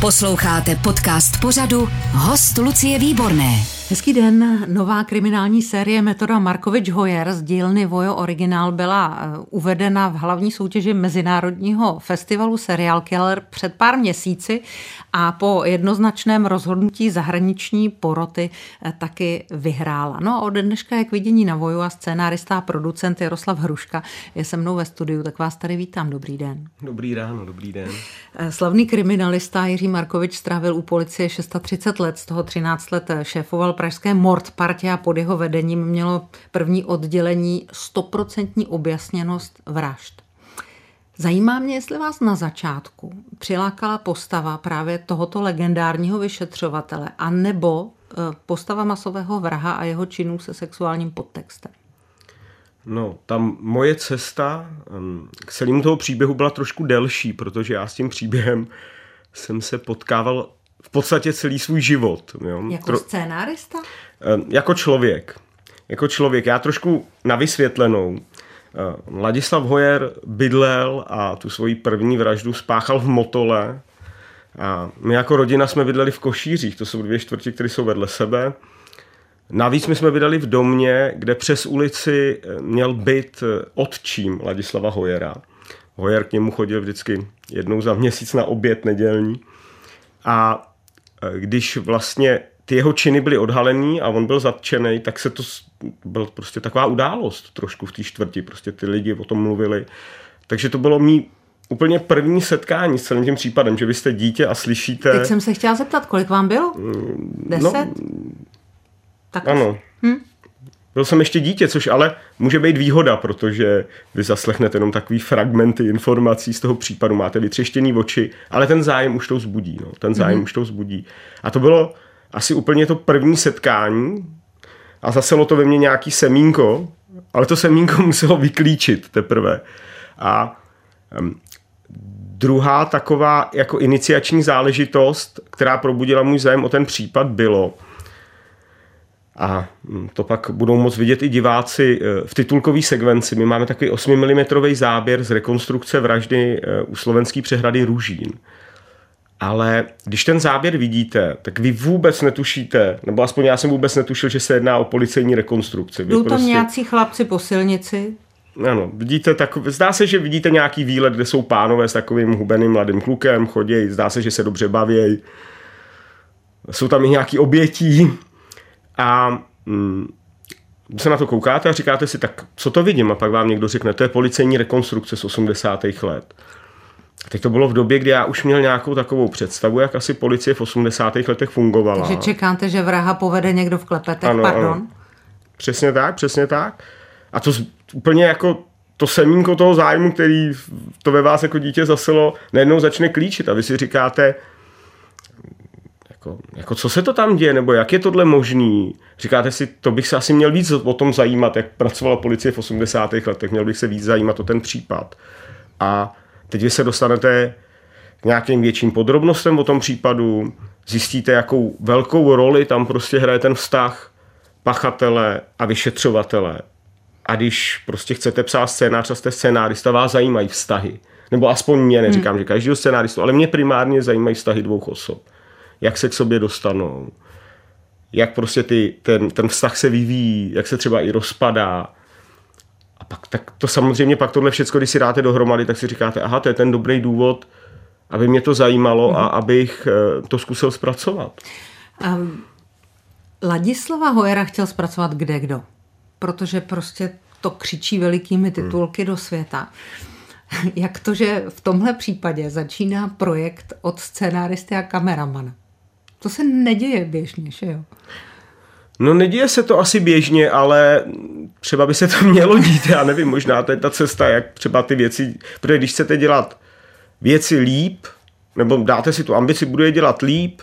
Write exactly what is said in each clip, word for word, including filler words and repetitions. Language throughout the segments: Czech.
Posloucháte podcast pořadu Host Lucie Výborné. Hezký den, nová kriminální série Metoda Markovič Hoyer z dílny Vojo Originál byla uvedena v hlavní soutěži Mezinárodního festivalu Serial Killer před pár měsíci a po jednoznačném rozhodnutí zahraniční poroty taky vyhrála. No a od dneška je k vidění na Voju a scénárista a producent Jaroslav Hruška je se mnou ve studiu, tak vás tady vítám. Dobrý den. Dobrý ráno, dobrý den. Slavný kriminalista Jiří Markovič strávil u policie třicet šest let, z toho třináct let šéfoval pražské Mordpartě a pod jeho vedením mělo první oddělení stoprocentní objasněnost vražd. Zajímá mě, jestli vás na začátku přilákala postava právě tohoto legendárního vyšetřovatele a nebo postava masového vraha a jeho činů se sexuálním podtextem. No, tam moje cesta k celému toho příběhu byla trošku delší, protože já s tím příběhem jsem se potkával v podstatě celý svůj život. Jo. Jako Tro... scénárista? Jako člověk. Jako člověk. Já trošku na vysvětlenou. Ladislav Hoyer bydlel a tu svoji první vraždu spáchal v Motole. A my jako rodina jsme bydleli v Košířích, to jsou dvě čtvrti, které jsou vedle sebe. Navíc my jsme bydleli v domě, kde přes ulici měl byt otčím Ladislava Hoyera. Hoyer k němu chodil vždycky jednou za měsíc na oběd nedělní. A když vlastně ty jeho činy byly odhalený a on byl zatčený, tak se to byla prostě taková událost trošku v té čtvrti. Prostě ty lidi o tom mluvili. Takže to bylo mý úplně první setkání s celým tím případem, že vy jste dítě a slyšíte... Teď jsem se chtěla zeptat, kolik vám bylo? Deset? No, tak ano. Hm? Byl jsem ještě dítě, což ale může být výhoda, protože vy zaslechnete jenom takový fragmenty informací z toho případu, máte vytřeštěný oči, ale ten zájem už to vzbudí. No. Ten zájem mm-hmm. už to vzbudí. A to bylo asi úplně to první setkání a zaselo to ve mně nějaký semínko, ale to semínko muselo vyklíčit teprve. A um, druhá taková jako iniciační záležitost, která probudila můj zájem o ten případ, bylo, a to pak budou moct vidět i diváci v titulkové sekvenci. My máme takový osmimilimetrový záběr z rekonstrukce vraždy u slovenské přehrady Ružín. Ale když ten záběr vidíte, tak vy vůbec netušíte, nebo aspoň já jsem vůbec netušil, že se jedná o policejní rekonstrukci. Jdou tam prostě... nějací chlapci po silnici? Ano, vidíte takové, zdá se, že vidíte nějaký výlet, kde jsou pánové s takovým hubeným mladým klukem, chodí, zdá se, že se dobře baví. Jsou tam i nějaký obětí. A mm, se na to koukáte a říkáte si, tak co to vidím? A pak vám někdo řekne, to je policejní rekonstrukce z osmdesátých let. A teď to bylo v době, kdy já už měl nějakou takovou představu, jak asi policie v osmdesátých letech fungovala. Takže čekáte, že vraha povede někdo v klepetech, ano, pardon? Ano. Přesně tak, přesně tak. A to z, úplně jako to semínko toho zájmu, který to ve vás jako dítě zaselo, najednou začne klíčit a vy si říkáte, Jako, jako co se to tam děje, nebo jak je tohle možný? Říkáte si, to bych se asi měl víc o tom zajímat, jak pracovala policie v osmdesátých letech, měl bych se víc zajímat o ten případ. A teď vy se dostanete k nějakým větším podrobnostem o tom případu, zjistíte, jakou velkou roli tam prostě hraje ten vztah pachatele a vyšetřovatele. A když prostě chcete psát scénář a jste scénárista, vás zajímají vztahy. Nebo aspoň mě, neříkám, hmm. že každýho scénáristu, ale mě primárně zajímají vztahy dvou osob. Jak se k sobě dostanou, jak prostě ty, ten, ten vztah se vyvíjí, jak se třeba i rozpadá. A pak tak to samozřejmě pak tohle všecko, když si dáte dohromady, tak si říkáte, aha, to je ten dobrý důvod, aby mě to zajímalo mm-hmm. a abych to zkusil zpracovat. Um, Ladislava Hoyera chtěl zpracovat kde kdo, protože prostě to křičí velikými titulky mm. do světa. Jak to, že v tomhle případě začíná projekt od scénáristy a kameramana? To se neděje běžně, že jo? No neděje se to asi běžně, ale třeba by se to mělo dít, já nevím, možná to je ta cesta, jak třeba ty věci, protože když chcete dělat věci líp, nebo dáte si tu ambici, budu je dělat líp,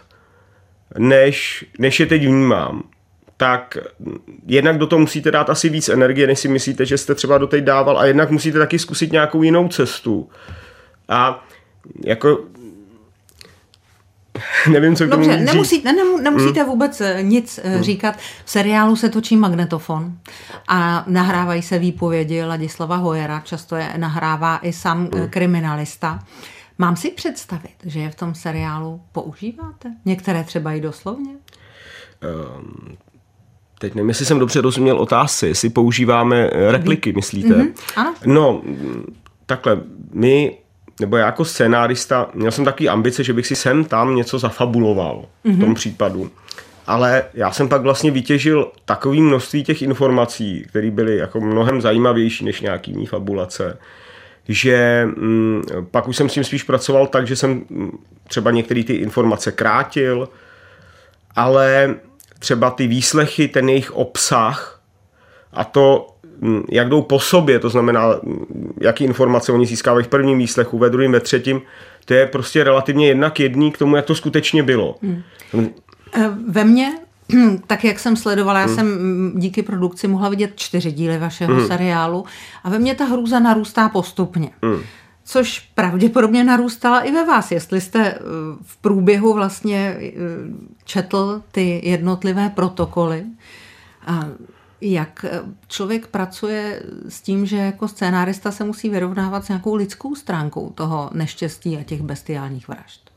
než, než je teď vnímám, tak jednak do toho musíte dát asi víc energie, než si myslíte, že jste třeba doteď dával, a jednak musíte taky zkusit nějakou jinou cestu. A jako nevím, co k tomu Dobře, říct. nemusíte, ne, nemusíte hmm. vůbec nic hmm. říkat. V seriálu se točí magnetofon a nahrávají se výpovědi Ladislava Hoyera, často je nahrává i sám hmm. kriminalista. Mám si představit, že je v tom seriálu používáte? Některé třeba i doslovně? Um, teď nevím, jestli jsem dobře rozuměl otázky, jestli používáme repliky, myslíte? Mm-hmm, ano. No, takhle, my, nebo já jako scénárista, měl jsem takový ambice, že bych si sem tam něco zafabuloval mm-hmm. v tom případu. Ale já jsem pak vlastně vytěžil takové množství těch informací, které byly jako mnohem zajímavější než nějaký mý fabulace, že m, pak už jsem s tím spíš pracoval tak, že jsem třeba některé ty informace krátil, ale třeba ty výslechy, ten jejich obsah a to, jak jdou po sobě, to znamená, jaký informace oni získávají v prvním výslechu, ve druhém, ve třetím, to je prostě relativně jedna k jedný k tomu, jak to skutečně bylo. Hmm. Ve mně, tak jak jsem sledovala, já hmm. jsem díky produkci mohla vidět čtyři díly vašeho hmm. seriálu a ve mně ta hrůza narůstá postupně. Hmm. Což pravděpodobně narůstala i ve vás, jestli jste v průběhu vlastně četl ty jednotlivé protokoly. A jak člověk pracuje s tím, že jako scénárista se musí vyrovnávat s nějakou lidskou stránkou toho neštěstí a těch bestiálních vražd?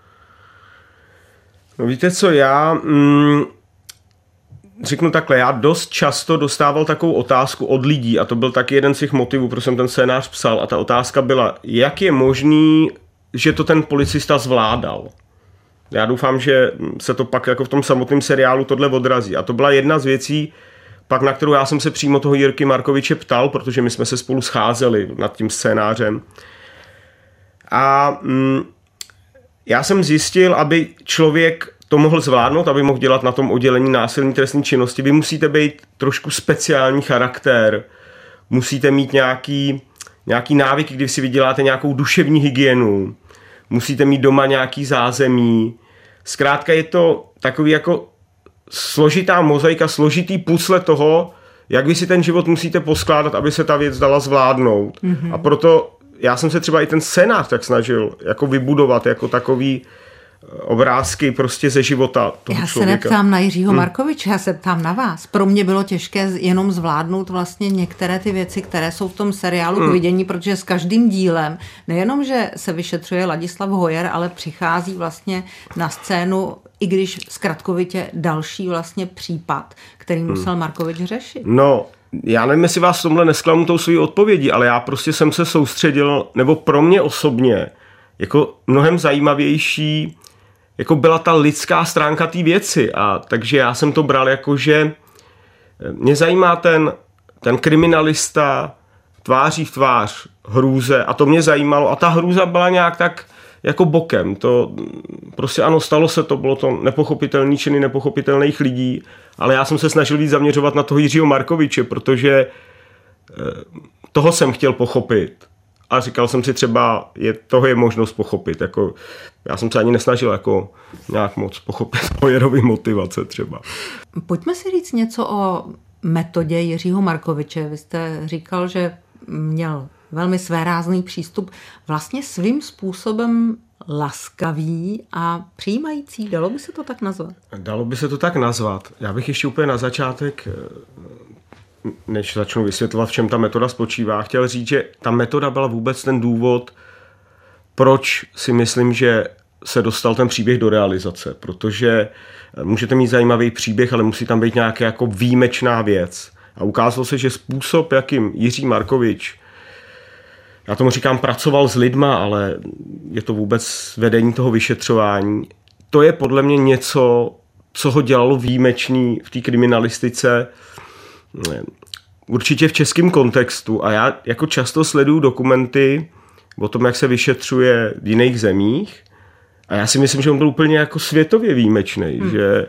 No víte co, já mm, řeknu takhle, já dost často dostával takovou otázku od lidí a to byl taky jeden z těch motivů, proč jsem ten scénář psal a ta otázka byla, jak je možný, že to ten policista zvládal. Já doufám, že se to pak jako v tom samotném seriálu tohle odrazí a to byla jedna z věcí, pak na kterou já jsem se přímo toho Jirky Markoviče ptal, protože my jsme se spolu scházeli nad tím scénářem. A mm, já jsem zjistil, aby člověk to mohl zvládnout, aby mohl dělat na tom oddělení násilné trestné činnosti. Vy musíte být trošku speciální charakter, musíte mít nějaký, nějaký návyky, kdy si vyděláte nějakou duševní hygienu, musíte mít doma nějaký zázemí. Zkrátka je to takový jako složitá mozaika, složitý puzzle toho, jak vy si ten život musíte poskládat, aby se ta věc dala zvládnout. Mm-hmm. A proto já jsem se třeba i ten scénář tak snažil jako vybudovat jako takový obrázky prostě ze života toho já člověka. Já se neptám na Jiřího hmm. Markoviče, já se ptám na vás. Pro mě bylo těžké jenom zvládnout vlastně některé ty věci, které jsou v tom seriálu hmm. k vidění, protože s každým dílem nejenom, že se vyšetřuje Ladislav Hojer, ale přichází vlastně na scénu, i když zkratkovitě další vlastně případ, který hmm. musel Markovič řešit. No, já nevím, jestli vás v tomhle nesklamu tou svojí odpovědí, ale já prostě jsem se soustředil, nebo pro mě osobně, jako mnohem zajímavější jako byla ta lidská stránka té věci a takže já jsem to bral jako, že mě zajímá ten, ten kriminalista tváří v tvář hrůze a to mě zajímalo a ta hrůza byla nějak tak jako bokem, to prostě ano, stalo se to, bylo to nepochopitelný činy nepochopitelných lidí, ale já jsem se snažil víc zaměřovat na toho Jiřího Markoviče, protože toho jsem chtěl pochopit. A říkal jsem si třeba, je, toho je možnost pochopit. Jako, já jsem se ani nesnažil jako nějak moc pochopit Hojerovy motivace třeba. Pojďme si říct něco o metodě Jiřího Markoviče. Vy jste říkal, že měl velmi svérázný přístup, vlastně svým způsobem laskavý a přijímající. Dalo by se to tak nazvat? Dalo by se to tak nazvat. Já bych ještě úplně na začátek, než začnu vysvětlovat, v čem ta metoda spočívá, chtěl říct, že ta metoda byla vůbec ten důvod, proč si myslím, že se dostal ten příběh do realizace, protože můžete mít zajímavý příběh, ale musí tam být nějaká jako výjimečná věc. A ukázalo se, že způsob, jakým Jiří Markovič, já tomu říkám, pracoval s lidma, ale je to vůbec vedení toho vyšetřování, to je podle mě něco, co ho dělalo výjimečný v té kriminalistice, určitě v českém kontextu. A já jako často sleduju dokumenty o tom, jak se vyšetřuje v jiných zemích. A já si myslím, že on byl úplně jako světově výjimečný, hmm. že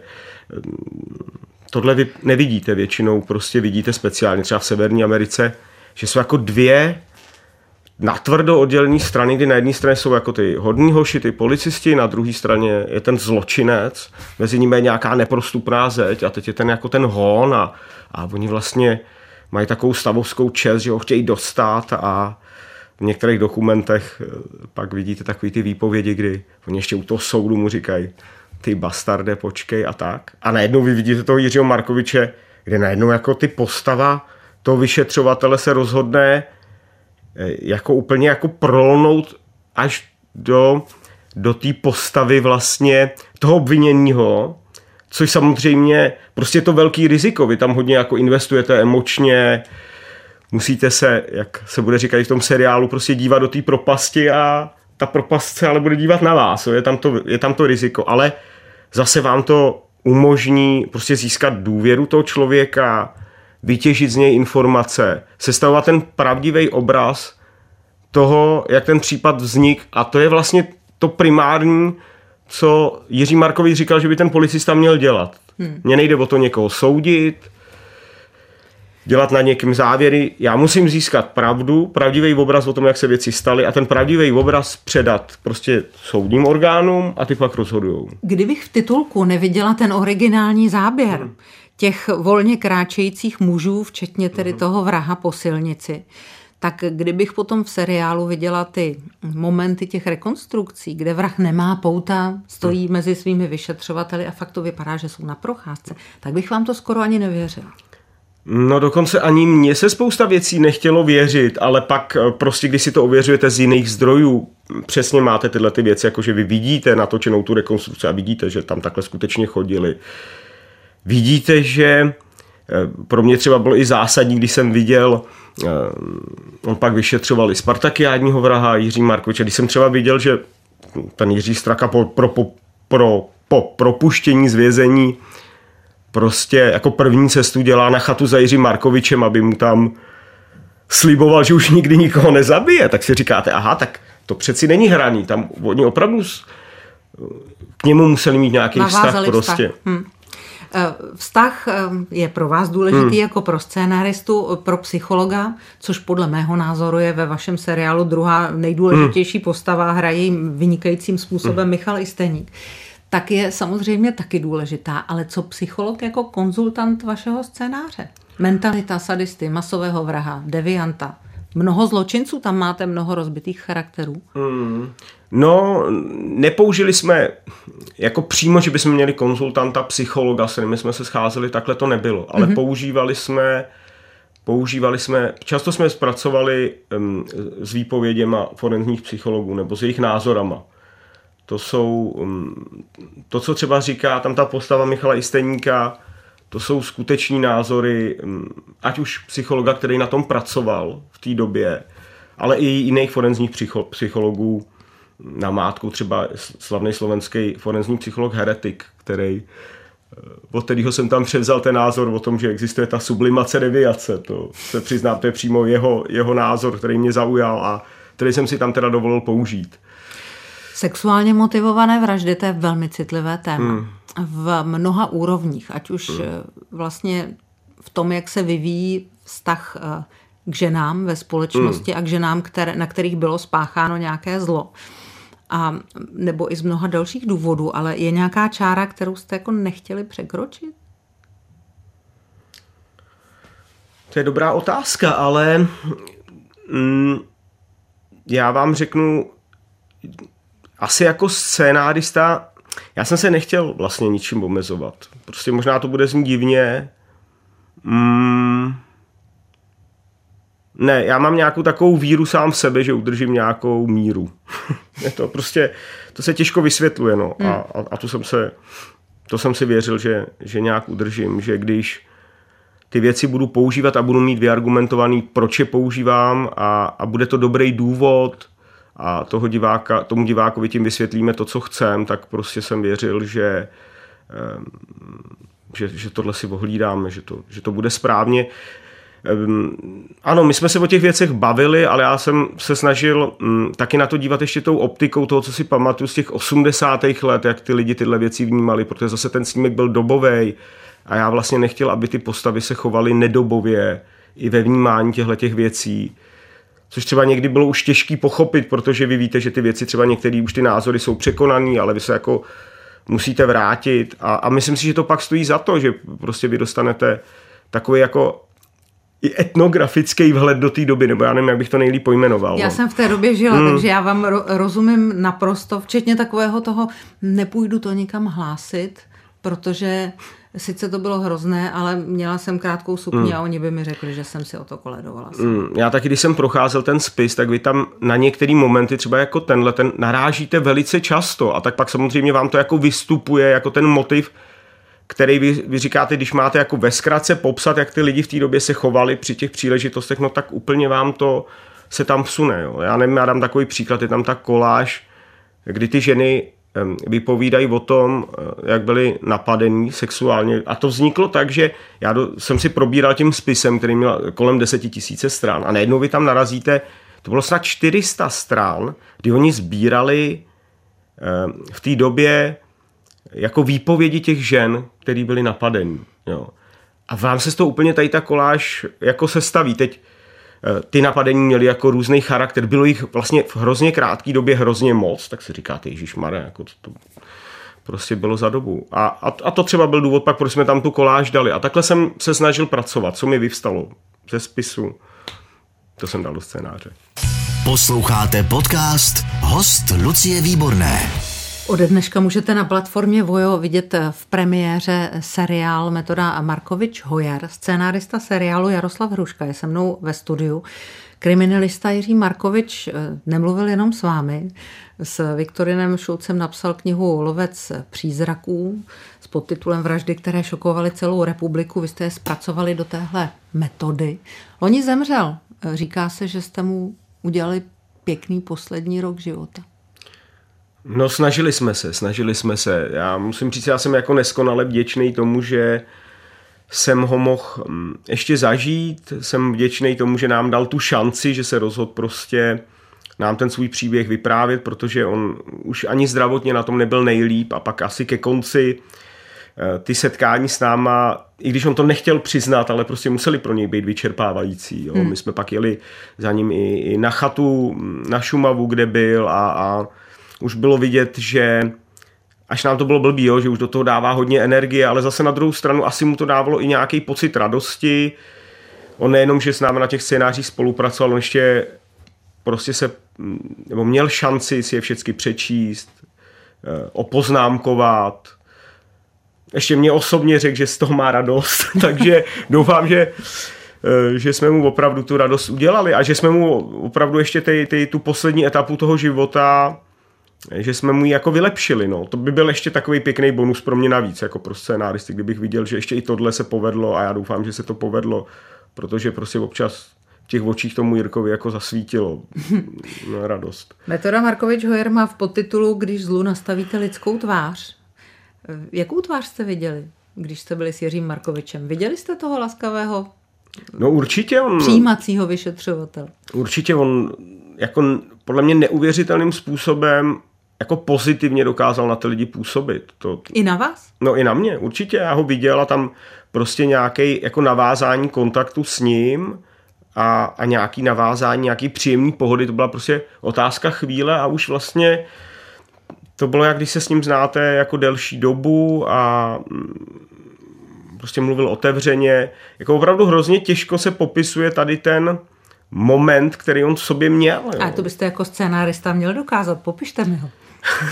tohle vy nevidíte většinou, prostě vidíte speciálně třeba v Severní Americe, že jsou jako dvě natvrdo oddělené strany, kdy na jedné straně jsou jako ty hodní hoši, ty policisti, na druhé straně je ten zločinec, mezi nimi je nějaká neprostupná zeď a teď je ten jako ten hon a, a oni vlastně mají takovou stavovskou čest, že ho chtějí dostat a v některých dokumentech pak vidíte takový ty výpovědi, kdy oni ještě u toho soudu mu říkají ty bastarde, počkej a tak. A najednou vy vidíte toho Jiřího Markoviče, kde najednou jako ty postava toho vyšetřovatele se rozhodne jako úplně jako prolnout až do, do té postavy vlastně toho obviněného, což samozřejmě prostě je to velký riziko. Vy tam hodně jako investujete emočně, musíte se, jak se bude říkat i v tom seriálu, prostě dívat do té propasti a ta propast se ale bude dívat na vás. Je tam to, je tam to riziko, ale zase vám to umožní prostě získat důvěru toho člověka, vytěžit z něj informace, sestavovat ten pravdivý obraz toho, jak ten případ vznik, a to je vlastně to primární, co Jiří Markovič říkal, že by ten policista měl dělat. Hmm. Mně nejde o to někoho soudit, dělat na někým závěry. Já musím získat pravdu, pravdivý obraz o tom, jak se věci staly, a ten pravdivý obraz předat prostě soudním orgánům a ty pak rozhodujou. Kdybych v titulku neviděla ten originální záběr hmm. těch volně kráčejících mužů, včetně tedy hmm. toho vraha po silnici, tak kdybych potom v seriálu viděla ty momenty těch rekonstrukcí, kde vrah nemá pouta, stojí hmm. mezi svými vyšetřovateli a fakt to vypadá, že jsou na procházce, tak bych vám to skoro ani nevěřila. No dokonce ani mně se spousta věcí nechtělo věřit, ale pak prostě, když si to ověřujete z jiných zdrojů, přesně máte tyhle ty věci, jakože vy vidíte natočenou tu rekonstrukci a vidíte, že tam takhle skutečně chodili. Vidíte, že pro mě třeba bylo i zásadní, když jsem viděl, on pak vyšetřoval i Spartakiádního vraha Jiří Markoviče, když jsem třeba viděl, že ten Jiří Straka po, pro, po, pro, po propuštění z vězení prostě jako první cestu dělá na chatu za Jiřím Markovičem, aby mu tam sliboval, že už nikdy nikoho nezabije, tak si říkáte, aha, tak to přeci není hraný, tam oni opravdu k němu museli mít nějaký Navázali vztah prostě. Vztah. Hm. Vztah je pro vás důležitý hmm. jako pro scénaristu, pro psychologa, což podle mého názoru je ve vašem seriálu druhá nejdůležitější hmm. postava, hraje jim vynikajícím způsobem hmm. Michal Isteník. Tak je samozřejmě taky důležitá, ale co psycholog jako konzultant vašeho scénáře? Mentalita sadisty, masového vraha, devianta. Mnoho zločinců, tam máte mnoho rozbitých charakterů. Hmm. No, nepoužili jsme jako přímo, že bychom měli konzultanta, psychologa, s kterými jsme se scházeli, takhle to nebylo. Ale mm-hmm. používali jsme, používali jsme, často jsme zpracovali um, s výpověděma forenzních psychologů nebo s jejich názorama. To jsou, um, to, co třeba říká tam ta postava Michala Isteníka, to jsou skuteční názory, um, ať už psychologa, který na tom pracoval v té době, ale i jiných forenzních psycho, psychologů, namátkou třeba slavný slovenský forenzní psycholog Heretik, který, od kterého jsem tam převzal ten názor o tom, že existuje ta sublimace deviace. To se přiznám, to je přímo jeho, jeho názor, který mě zaujal a který jsem si tam teda dovolil použít. Sexuálně motivované vraždy, to je velmi citlivé téma. Hmm. V mnoha úrovních, ať už hmm. vlastně v tom, jak se vyvíjí vztah k ženám ve společnosti hmm. a k ženám, které, na kterých bylo spácháno nějaké zlo. A nebo i z mnoha dalších důvodů, ale je nějaká čára, kterou jste jako nechtěli překročit? To je dobrá otázka, ale mm, já vám řeknu, asi jako scénárista, já jsem se nechtěl vlastně ničím omezovat. Prostě možná to bude znít divně. Mm, Ne, já mám nějakou takovou víru sám v sebe, že udržím nějakou míru. Je to prostě, to se těžko vysvětluje, no. Hmm. A, a, a to jsem se, to jsem si věřil, že, že nějak udržím, že když ty věci budu používat a budu mít vyargumentovaný, proč je používám a, a bude to dobrý důvod a toho diváka, tomu divákovi tím vysvětlíme to, co chcem, tak prostě jsem věřil, že, že, že tohle si ohlídáme, že to, že to bude správně. Ano, my jsme se o těch věcech bavili, ale já jsem se snažil m, taky na to dívat ještě tou optikou toho, co si pamatuju z těch osmdesátých let, jak ty lidi tyhle věci vnímali, protože zase ten snímek byl dobovej a já vlastně nechtěl, aby ty postavy se chovaly nedobově i ve vnímání těchto věcí, což třeba někdy bylo už těžký pochopit, protože vy víte, že ty věci třeba některé už ty názory jsou překonaný, ale vy se jako musíte vrátit a, a myslím si, že to pak stojí za to, že prostě vy dostanete takový jako i etnografický vhled do té doby, nebo já nevím, jak bych to nejlíp pojmenoval. Já no. jsem v té době žila, hmm. takže já vám ro- rozumím naprosto, včetně takového toho, nepůjdu to nikam hlásit, protože Sice to bylo hrozné, ale měla jsem krátkou sukni mm. a oni by mi řekli, že jsem si o to koledovala. Mm. Já taky, když jsem procházel ten spis, tak vy tam na některé momenty, třeba jako tenhle, ten narážíte velice často a tak pak samozřejmě vám to jako vystupuje jako ten motiv, který vy, vy říkáte, když máte jako ve zkratce popsat, jak ty lidi v té době se chovali při těch příležitostech, no tak úplně vám to se tam vsune. Jo. Já nevím, já dám takový příklad, je tam ta koláž, kdy ty ženy vypovídají o tom, jak byli napadení sexuálně. A to vzniklo tak, že já do, jsem si probíral tím spisem, který měl kolem desetitisíce stran a najednou vy tam narazíte, to bylo snad čtyři sta stran, kdy oni sbírali v té době jako výpovědi těch žen, který byly napadení. Jo. A vám se z toho úplně tady ta koláž jako sestaví. Teď ty napadení měly jako různý charakter, bylo jich vlastně v hrozně krátké době hrozně moc, tak si říkáte, ježišmarja, jako to, to prostě bylo za dobu. A, a, a to třeba byl důvod pak, proč jsme tam tu koláž dali. A takhle jsem se snažil pracovat, co mi vyvstalo ze spisu, to jsem dal do scénáře. Posloucháte podcast Host Lucie Výborné. Ode dneška můžete na platformě Vojo vidět v premiéře seriál Metoda Markovič-Hojer. Scénárista seriálu Jaroslav Hruška je se mnou ve studiu. Kriminalista Jiří Markovič nemluvil jenom s vámi. S Viktorinem Šulcem napsal knihu Lovec přízraků s podtitulem Vraždy, které šokovaly celou republiku. Vy jste je zpracovali do téhle metody. Loni zemřel. Říká se, že jste mu udělali pěkný poslední rok života. No snažili jsme se, snažili jsme se. Já musím říct, já jsem jako neskonale vděčný tomu, že jsem ho mohl ještě zažít, jsem vděčný tomu, že nám dal tu šanci, že se rozhodl prostě nám ten svůj příběh vyprávět, protože on už ani zdravotně na tom nebyl nejlíp a pak asi ke konci ty setkání s náma, i když on to nechtěl přiznat, ale prostě museli pro něj být vyčerpávající. Jo. Hmm. My jsme pak jeli za ním i, i na chatu, na Šumavu, kde byl a, a už bylo vidět, že až nám to bylo blbý, jo, že už do toho dává hodně energie, ale zase na druhou stranu asi mu to dávalo i nějaký pocit radosti. On nejenom, že s námi na těch scénářích spolupracoval, on ještě prostě se, nebo měl šanci si je všechny přečíst, opoznámkovat. Ještě mě osobně řekl, že z toho má radost, takže doufám, že, že jsme mu opravdu tu radost udělali a že jsme mu opravdu ještě ty, ty, tu poslední etapu toho života, že jsme mu ji jako vylepšili. No. To by byl ještě takový pěkný bonus pro mě navíc, jako pro scénáristy, kdybych viděl, že ještě i tohle se povedlo a já doufám, že se to povedlo, protože prostě občas v těch očích tomu Jirkovi jako zasvítilo no, radost. Metoda Markovič-Hojer má v podtitulu Když zlu nastavíte lidskou tvář. Jakou tvář jste viděli, když jste byli s Jiřím Markovičem? Viděli jste toho laskavého, no, určitě on, přijímacího vyšetřovatele? Určitě on jako podle mě neuvěřitelným způsobem jako pozitivně dokázal na ty lidi působit. To, I na vás? No i na mě, určitě. Já ho viděl a tam prostě nějaký jako navázání kontaktu s ním a, a nějaký navázání, nějaký příjemný pohody, to byla prostě otázka chvíle a už vlastně to bylo, jak když se s ním znáte jako delší dobu a prostě mluvil otevřeně. Jako opravdu hrozně těžko se popisuje tady ten moment, který on v sobě měl. Jo. A to byste jako scénárista měl dokázat, popište mi ho.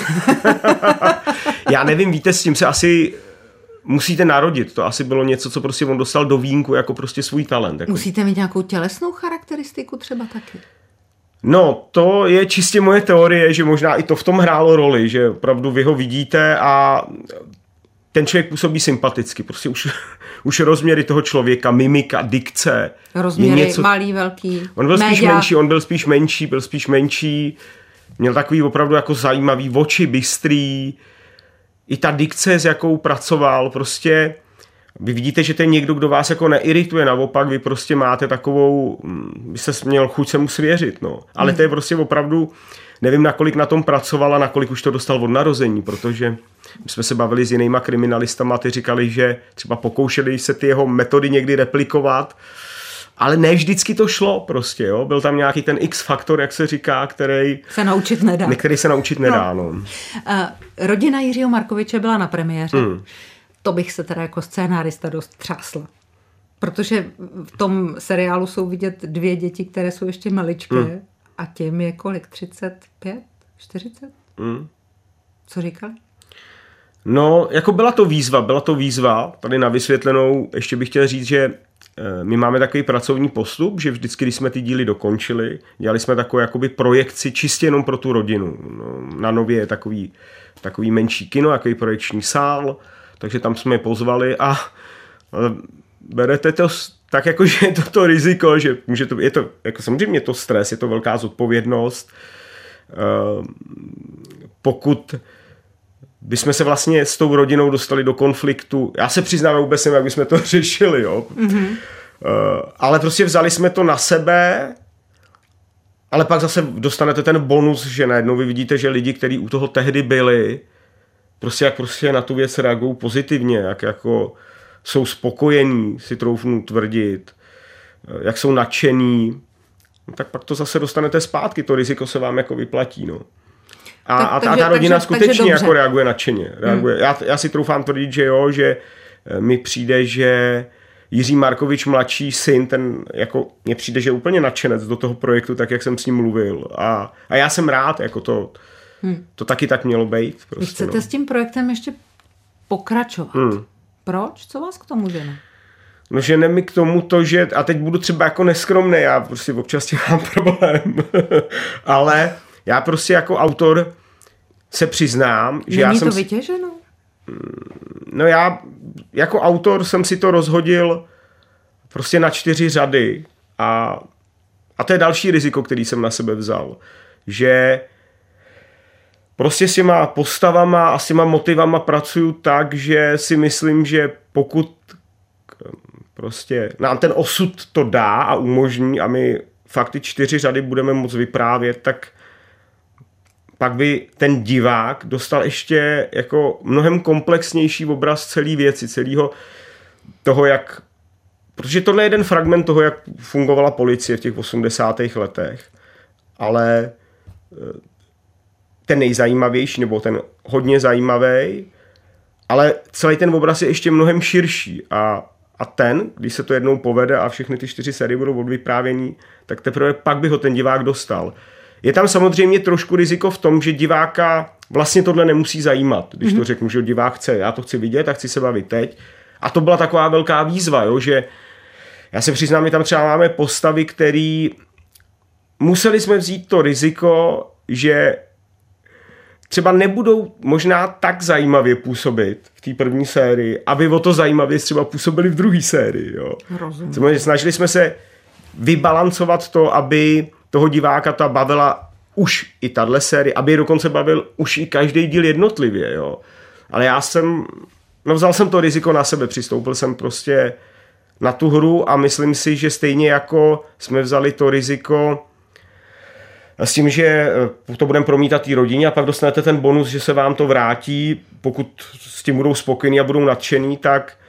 Já nevím, víte, s tím se asi musíte narodit. To asi bylo něco, co prostě on dostal do vínku jako prostě svůj talent. Jako. Musíte mít nějakou tělesnou charakteristiku třeba taky? No, to je čistě moje teorie, že možná i to v tom hrálo roli, že opravdu vy ho vidíte a ten člověk působí sympaticky, prostě už, už rozměry toho člověka, mimika, dikce. Rozměry, něco, malý, velký, on byl média. spíš menší, on byl spíš menší, byl spíš menší, měl takový opravdu jako zajímavý oči, bystrý, i ta dikce, s jakou pracoval, prostě vy vidíte, že to je někdo, kdo vás jako neirituje, naopak vy prostě máte takovou, vy jste měl chuť se mu svěřit, no. Ale to je prostě opravdu, nevím, nakolik na tom pracoval a nakolik už to dostal od narození, protože my jsme se bavili s jinýma kriminalistama a ty říkali, že třeba pokoušeli se ty jeho metody někdy replikovat, ale ne vždycky to šlo prostě, jo. Byl tam nějaký ten X-faktor, jak se říká, který se naučit nedá. Který se naučit nedá, no. no. Uh, rodina Jiřího Markoviče byla na premiéře. Hmm. To bych se teda jako scénárista dost třásla. Protože v tom seriálu jsou vidět dvě děti, které jsou ještě maličké hmm. a těm je kolik? třicet pět? čtyřicet? Hmm. Co říkali? No, jako byla to výzva, byla to výzva, tady na vysvětlenou, ještě bych chtěl říct, že my máme takový pracovní postup, že vždycky, když jsme ty díly dokončili, dělali jsme takovou jakoby projekci čistě jenom pro tu rodinu. No, na Nově je takový, takový menší kino, takový projekční sál, takže tam jsme je pozvali a berete to tak jako, že je to to riziko, že může to, je to, jako samozřejmě je to stres, je to velká zodpovědnost. Pokud bychom se vlastně s tou rodinou dostali do konfliktu, já se přiznám, vůbec nevím, jak bychom to řešili, jo. Mm-hmm. Ale prostě vzali jsme to na sebe, ale pak zase dostanete ten bonus, že najednou vy vidíte, že lidi, kteří u toho tehdy byli, prostě jak prostě na tu věc reagují pozitivně, jak jako jsou spokojení, si troufnu tvrdit, jak jsou nadšení, no tak pak to zase dostanete zpátky, to riziko se vám jako vyplatí, no. A, tak, a, takže, a ta rodina takže, skutečně takže jako reaguje nadšeně. Reaguje. Hmm. Já, já si troufám tvrdit, že jo, že mi přijde, že Jiří Markovič mladší syn, ten jako, mně přijde, že je úplně nadšenec do toho projektu, tak jak jsem s ním mluvil. A, a já jsem rád, jako to, hmm. to taky tak mělo být. Prostě, Vy chcete no. s tím projektem ještě pokračovat. Hmm. Proč? Co vás k tomu žene? No žene mi k tomu to, že, a teď budu třeba jako neskromný, já prostě občas tím mám problém, ale já prostě jako autor se přiznám, že Není já to jsem... vytěženo? No já jako autor jsem si to rozhodil prostě na čtyři řady a, a to je další riziko, který jsem na sebe vzal, že prostě s těma postavama a s těma motivama pracuju tak, že si myslím, že pokud prostě nám ten osud to dá a umožní a my fakt ty čtyři řady budeme moc vyprávět, tak pak by ten divák dostal ještě jako mnohem komplexnější obraz celé věci, celého toho, jak... Protože tohle je jeden fragment toho, jak fungovala policie v těch osmdesátých letech, ale ten nejzajímavější, nebo ten hodně zajímavý, ale celý ten obraz je ještě mnohem širší a, a ten, když se to jednou povede a všechny ty čtyři série budou odvyprávění, tak teprve pak by ho ten divák dostal. Je tam samozřejmě trošku riziko v tom, že diváka vlastně tohle nemusí zajímat, když mm-hmm. to řeknu, že divák chce, já to chci vidět a chci se bavit teď. A to byla taková velká výzva, jo, že já se přiznám, my tam třeba máme postavy, který museli jsme vzít to riziko, že třeba nebudou možná tak zajímavě působit v té první sérii, aby o to zajímavě třeba působili v druhé sérii. Jo. Rozumím. Snažili jsme se vybalancovat to, aby toho diváka ta bavila už i tahle série, aby je dokonce bavil už i každý díl jednotlivě. Jo. Ale já jsem, no vzal jsem to riziko na sebe, přistoupil jsem prostě na tu hru a myslím si, že stejně jako jsme vzali to riziko s tím, že to budeme promítat té rodině a pak dostanete ten bonus, že se vám to vrátí, pokud s tím budou spokojení a budou nadšený, tak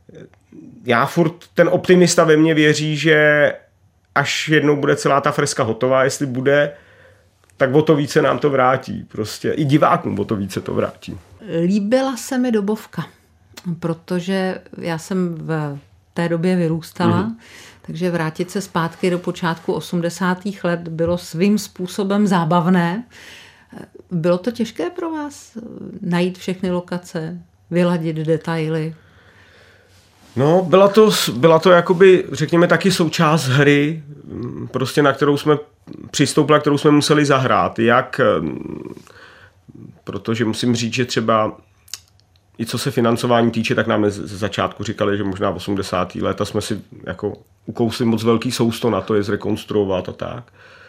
já furt ten optimista ve mně věří, že až jednou bude celá ta freska hotová, jestli bude, tak o to více nám to vrátí. Prostě i divákům o to více to vrátí. Líbila se mi dobovka, protože já jsem v té době vyrůstala, mm-hmm. takže vrátit se zpátky do počátku osmdesátých let bylo svým způsobem zábavné. Bylo to těžké pro vás najít všechny lokace, vyladit detaily? No, byla to, byla to jakoby, řekněme, taky součást hry, prostě na kterou jsme přistoupili, kterou jsme museli zahrát. Jak, protože musím říct, že třeba i co se financování týče, tak nám ze začátku říkali, že možná v osmdesátých léta jsme si jako ukousli moc velký sousto na to je zrekonstruovat a tak.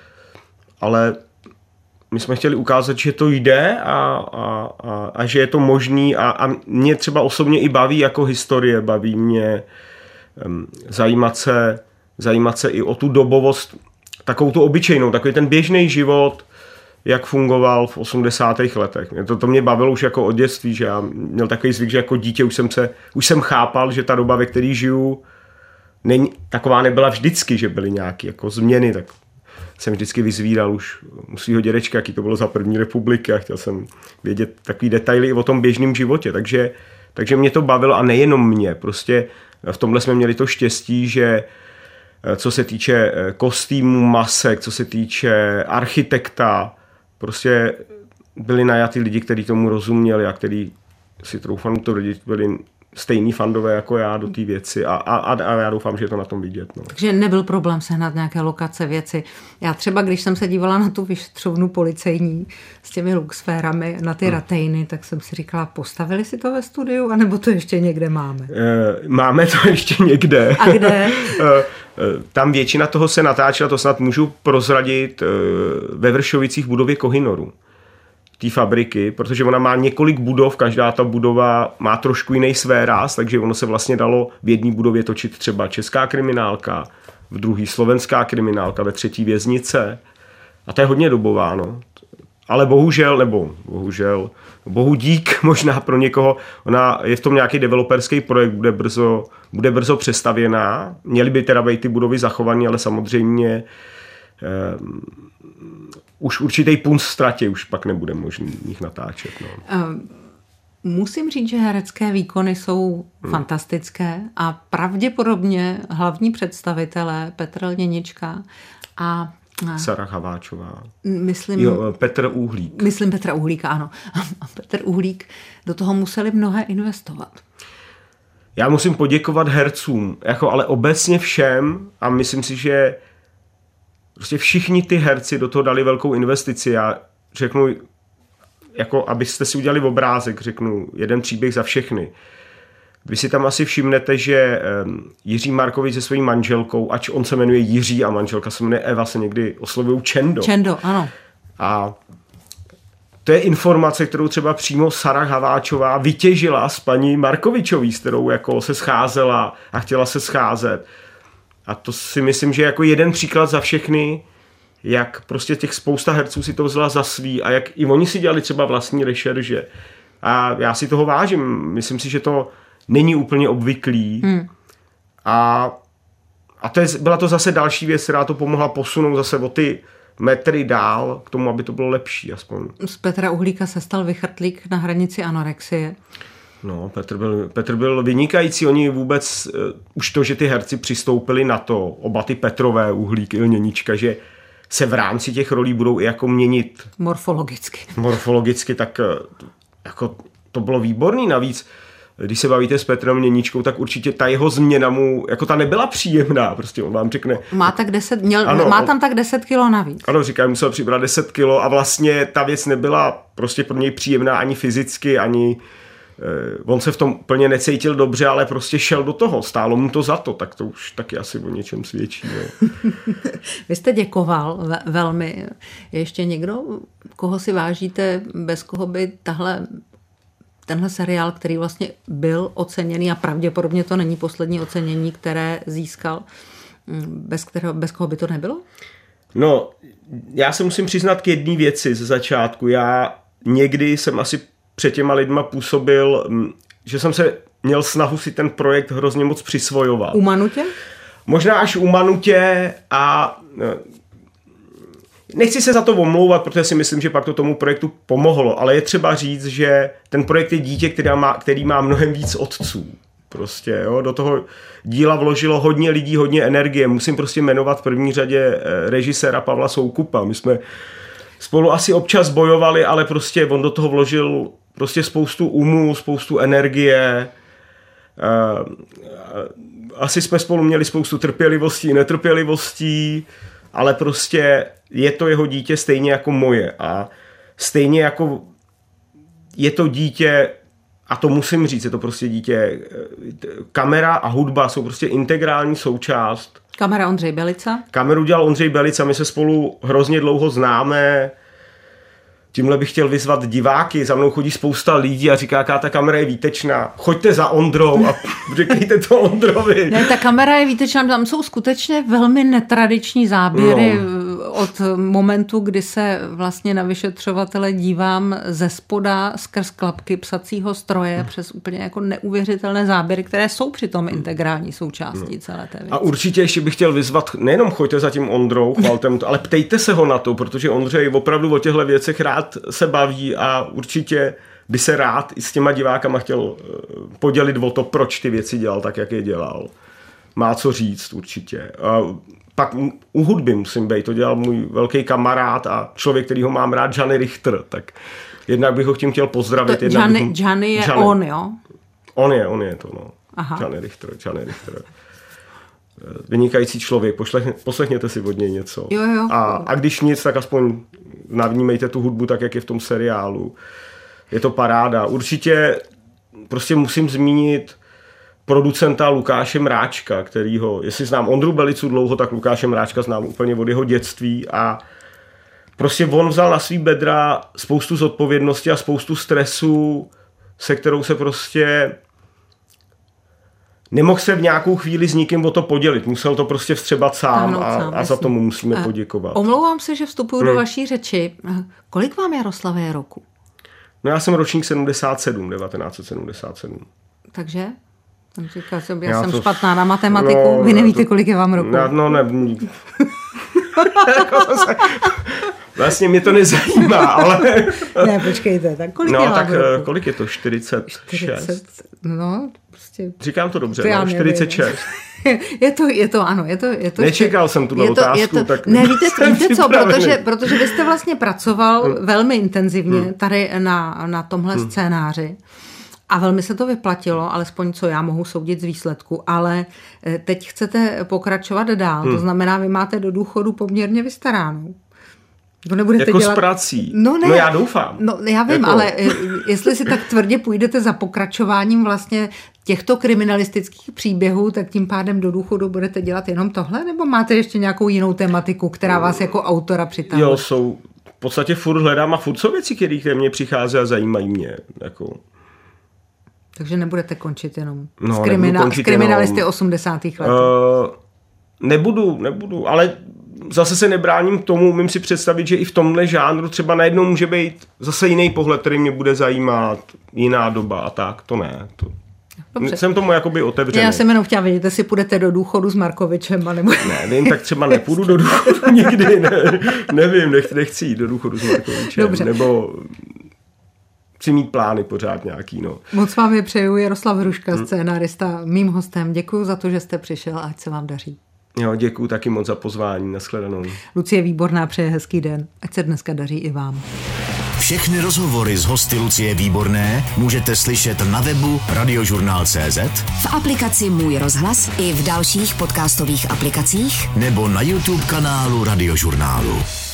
Ale my jsme chtěli ukázat, že to jde a, a, a, a že je to možný a, a mě třeba osobně i baví jako historie, baví mě um, zajímat se, zajímat se i o tu dobovost, takovou tu obyčejnou, takový ten běžný život, jak fungoval v osmdesátých letech. Mě to, to mě bavilo už jako od dětství, že já měl takový zvyk, že jako dítě už jsem, se, už jsem chápal, že ta doba, ve které žiju, není, taková nebyla vždycky, že byly nějaké jako změny, tak jsem vždycky vyzvídal už u svýho dědečka, jaký to bylo za první republiky a chtěl jsem vědět takový detaily i o tom běžném životě, takže, takže mě to bavilo a nejenom mě, prostě v tomhle jsme měli to štěstí, že co se týče kostýmů, masek, co se týče architekta, prostě byli najatí lidi, kteří tomu rozuměli a kteří si troufám to lidi byli stejný fandové jako já do té věci a, a, a já doufám, že je to na tom vidět. No. Takže nebyl problém sehnat nějaké lokace, věci. Já třeba, když jsem se dívala na tu vyšetřovnu policejní s těmi luxférami, na ty hmm. ratejny, tak jsem si říkala, postavili si to ve studiu, anebo to ještě někde máme? E, máme to ještě někde. A kde? Tam většina toho se natáčela, to snad můžu prozradit, ve Vršovicích budově Kohinoru. Té fabriky, protože ona má několik budov, každá ta budova má trošku jiný své ráz, takže ono se vlastně dalo v jedné budově točit třeba česká kriminálka, v druhé slovenská kriminálka, ve třetí věznice. A to je hodně dobová, no. Ale bohužel, nebo bohužel, bohu dík možná pro někoho, ona je v tom nějaký developerský projekt, bude brzo, bude brzo přestavěná. Měly by teda být ty budovy zachované, ale samozřejmě eh, už určitý punc ztratě, už pak nebude možný jich natáčet. No. Musím říct, že herecké výkony jsou hmm. fantastické a pravděpodobně hlavní představitelé Petr Lněnička a Sara Haváčová. Myslím, jo, Petr Uhlík. Myslím Petra Uhlíka, ano. A Petr Uhlík do toho museli mnohé investovat. Já musím poděkovat hercům, jako ale obecně všem a myslím si, že prostě všichni ty herci do toho dali velkou investici. Já řeknu, jako abyste si udělali obrázek, řeknu jeden příběh za všechny. Vy si tam asi všimnete, že Jiří Markovič se svojí manželkou, ač on se jmenuje Jiří a manželka se jmenuje Eva, se někdy oslovují Čendo. Čendo, ano. A to je informace, kterou třeba přímo Sara Haváčová vytěžila z paní Markovičový, s kterou jako se scházela a chtěla se scházet. A to si myslím, že jako jeden příklad za všechny, jak prostě těch spousta herců si to vzala za svý a jak i oni si dělali třeba vlastní rešerže. A já si toho vážím. Myslím si, že to není úplně obvyklý. Hmm. A, a to je, byla to zase další věc, která to pomohla posunout zase o ty metry dál k tomu, aby to bylo lepší aspoň. Z Petra Uhlíka se stal vychrtlík na hranici anorexie. No, Petr byl, Petr byl vynikající. Oni vůbec, uh, už to, že ty herci přistoupili na to, oba ty Petrové, Uhlík i Lněnička, že se v rámci těch rolí budou i jako měnit morfologicky. Morfologicky, tak uh, jako to bylo výborný. Navíc, když se bavíte s Petrem Lněničkou, tak určitě ta jeho změna mu, jako ta nebyla příjemná. Prostě on vám řekne... Má, tak deset, měl, ano, má tam tak deset kilo navíc. Ano, říká, musel přibrat deset kilo a vlastně ta věc nebyla prostě pro něj příjemná ani fyzicky, ani... On se v tom plně necítil dobře, ale prostě šel do toho, stálo mu to za to, tak to už taky asi o něčem svědčí. No. Vy jste děkoval ve, velmi. Je ještě někdo, koho si vážíte, bez koho by tahle, tenhle seriál, který vlastně byl oceněný a pravděpodobně to není poslední ocenění, které získal, bez, kterého, bez koho by to nebylo? No, já se musím přiznat k jedné věci ze začátku. Já někdy jsem asi před těma lidma působil, že jsem se měl snahu si ten projekt hrozně moc přisvojovat. Umanutě? Možná až umanutě a nechci se za to omlouvat, protože si myslím, že pak to tomu projektu pomohlo, ale je třeba říct, že ten projekt je dítě, který má, který má mnohem víc otců. Prostě, jo, do toho díla vložilo hodně lidí, hodně energie. Musím prostě jmenovat v první řadě režiséra Pavla Soukupa. My jsme spolu asi občas bojovali, ale prostě on do toho vložil prostě spoustu umů, spoustu energie. Asi jsme spolu měli spoustu trpělivostí, netrpělivostí, ale prostě je to jeho dítě stejně jako moje. A stejně jako je to dítě, a to musím říct, je to prostě dítě, kamera a hudba jsou prostě integrální součást. Kamera Ondřej Belica? Kameru dělal Ondřej Belica, my se spolu hrozně dlouho známe. Tímhle bych chtěl vyzvat diváky, za mnou chodí spousta lidí a říká, jaká ta kamera je výtečná. Choďte za Ondrou a řekněte to Ondrovi. Ne, ta kamera je výtečná, tam jsou skutečně velmi netradiční záběry no. Od momentu, kdy se vlastně na vyšetřovatele dívám ze spoda skrz klapky psacího stroje hmm. přes úplně jako neuvěřitelné záběry, které jsou přitom integrální součástí no. celé té věci. A určitě ještě bych chtěl vyzvat, nejenom choďte za tím Ondrou, chvalte mu to, ale ptejte se ho na to, protože Ondřej opravdu o těchto věcech rád se baví a určitě by se rád i s těma divákama chtěl podělit o to, proč ty věci dělal tak, jak je dělal. Má co říct určitě. A pak u hudby musím být, to dělal můj velký kamarád a člověk, který ho mám rád, Johnny Richter, tak jednak bych ho tím chtěl pozdravit. To Gianni, bych... Gianni je Gianni. on, jo? On je, on je to, no. Aha. Gianni Richter, Gianni Richter. Vynikající člověk, poslechně, poslechněte si od něj něco. Jo, jo. A, a když nic, tak aspoň navnímejte tu hudbu tak, jak je v tom seriálu. Je to paráda. Určitě prostě musím zmínit producenta Lukáše Mráčka, kterýho, jestli znám Ondru Belicu dlouho, tak Lukáše Mráčka znám úplně od jeho dětství a prostě on vzal na svý bedra spoustu zodpovědnosti a spoustu stresu, se kterou se prostě nemohl se v nějakou chvíli s nikým o to podělit. Musel to prostě vstřebat sám, ano, a, sám a za to mu musíme a poděkovat. Omlouvám se, že vstupuju hmm. do vaší řeči. Kolik vám, Jaroslave, je roku? No já jsem ročník sedmdesát sedm, devatenáct set sedmdesát sedm. Takže? Jsem říkal, já, já jsem to... špatná na matematiku. No, Vy nevíte, to... kolik je vám roku? Já, no ne. Vlastně mě to nezajímá, ale... Ne, počkejte, tak kolik no, je tak roku? kolik je to? čtyřicet šest? čtyřicet, no, prostě... Říkám to dobře, no, čtyřicet šest. Je to, je to, ano, je to... Je to Nečekal jsem tuhle je to, otázku, je to, tak... Ne, víte, víte co, protože, protože vy jste vlastně pracoval hmm. velmi intenzivně hmm. tady na, na tomhle hmm. scénáři. A velmi se to vyplatilo, alespoň co já mohu soudit z výsledku, ale teď chcete pokračovat dál, hmm. to znamená, vy máte do důchodu poměrně vystaránou. To nebudete jako dělat... s prací. No, ne, no já doufám. No já vím, jako... ale jestli si tak tvrdě půjdete za pokračováním vlastně těchto kriminalistických příběhů, tak tím pádem do důchodu budete dělat jenom tohle, nebo máte ještě nějakou jinou tematiku, která vás jako autora přitahuje? Jo, jsou, v podstatě furt hledám a furt jsou věci, které ke mně přichází a zajímají mě, jako... Takže nebudete končit jenom no, s, krimina- končit s kriminalisty jenom, osmdesátých let. Uh, nebudu, nebudu, ale zase se nebráním k tomu, umím si představit, že i v tomhle žánru třeba najednou může být zase jiný pohled, který mě bude zajímat, jiná doba a tak, to ne. To... Dobře. Jsem tomu jakoby otevřený. Já jsem jenom chtěla vědět, jestli půjdete do důchodu s Markovičem, a nebo... Ne, nevím, tak třeba nepůjdu do důchodu nikdy, ne, nevím, nech, nechci jít do důchodu s Markovičem, Dobře. Nebo... chci mít plány pořád nějaký, no. Moc vám je přeju, Jaroslav Hruška, hmm. scénárista, mým hostem. Děkuji za to, že jste přišel a ať se vám daří. Jo, děkuji taky moc za pozvání. Nashledanou. Lucie Výborná přeje hezký den. Ať se dneska daří i vám. Všechny rozhovory s hosty Lucie Výborné můžete slyšet na webu radiožurnál tečka cé zet, v aplikaci Můj rozhlas i v dalších podcastových aplikacích nebo na YouTube kanálu Radiožurnálu.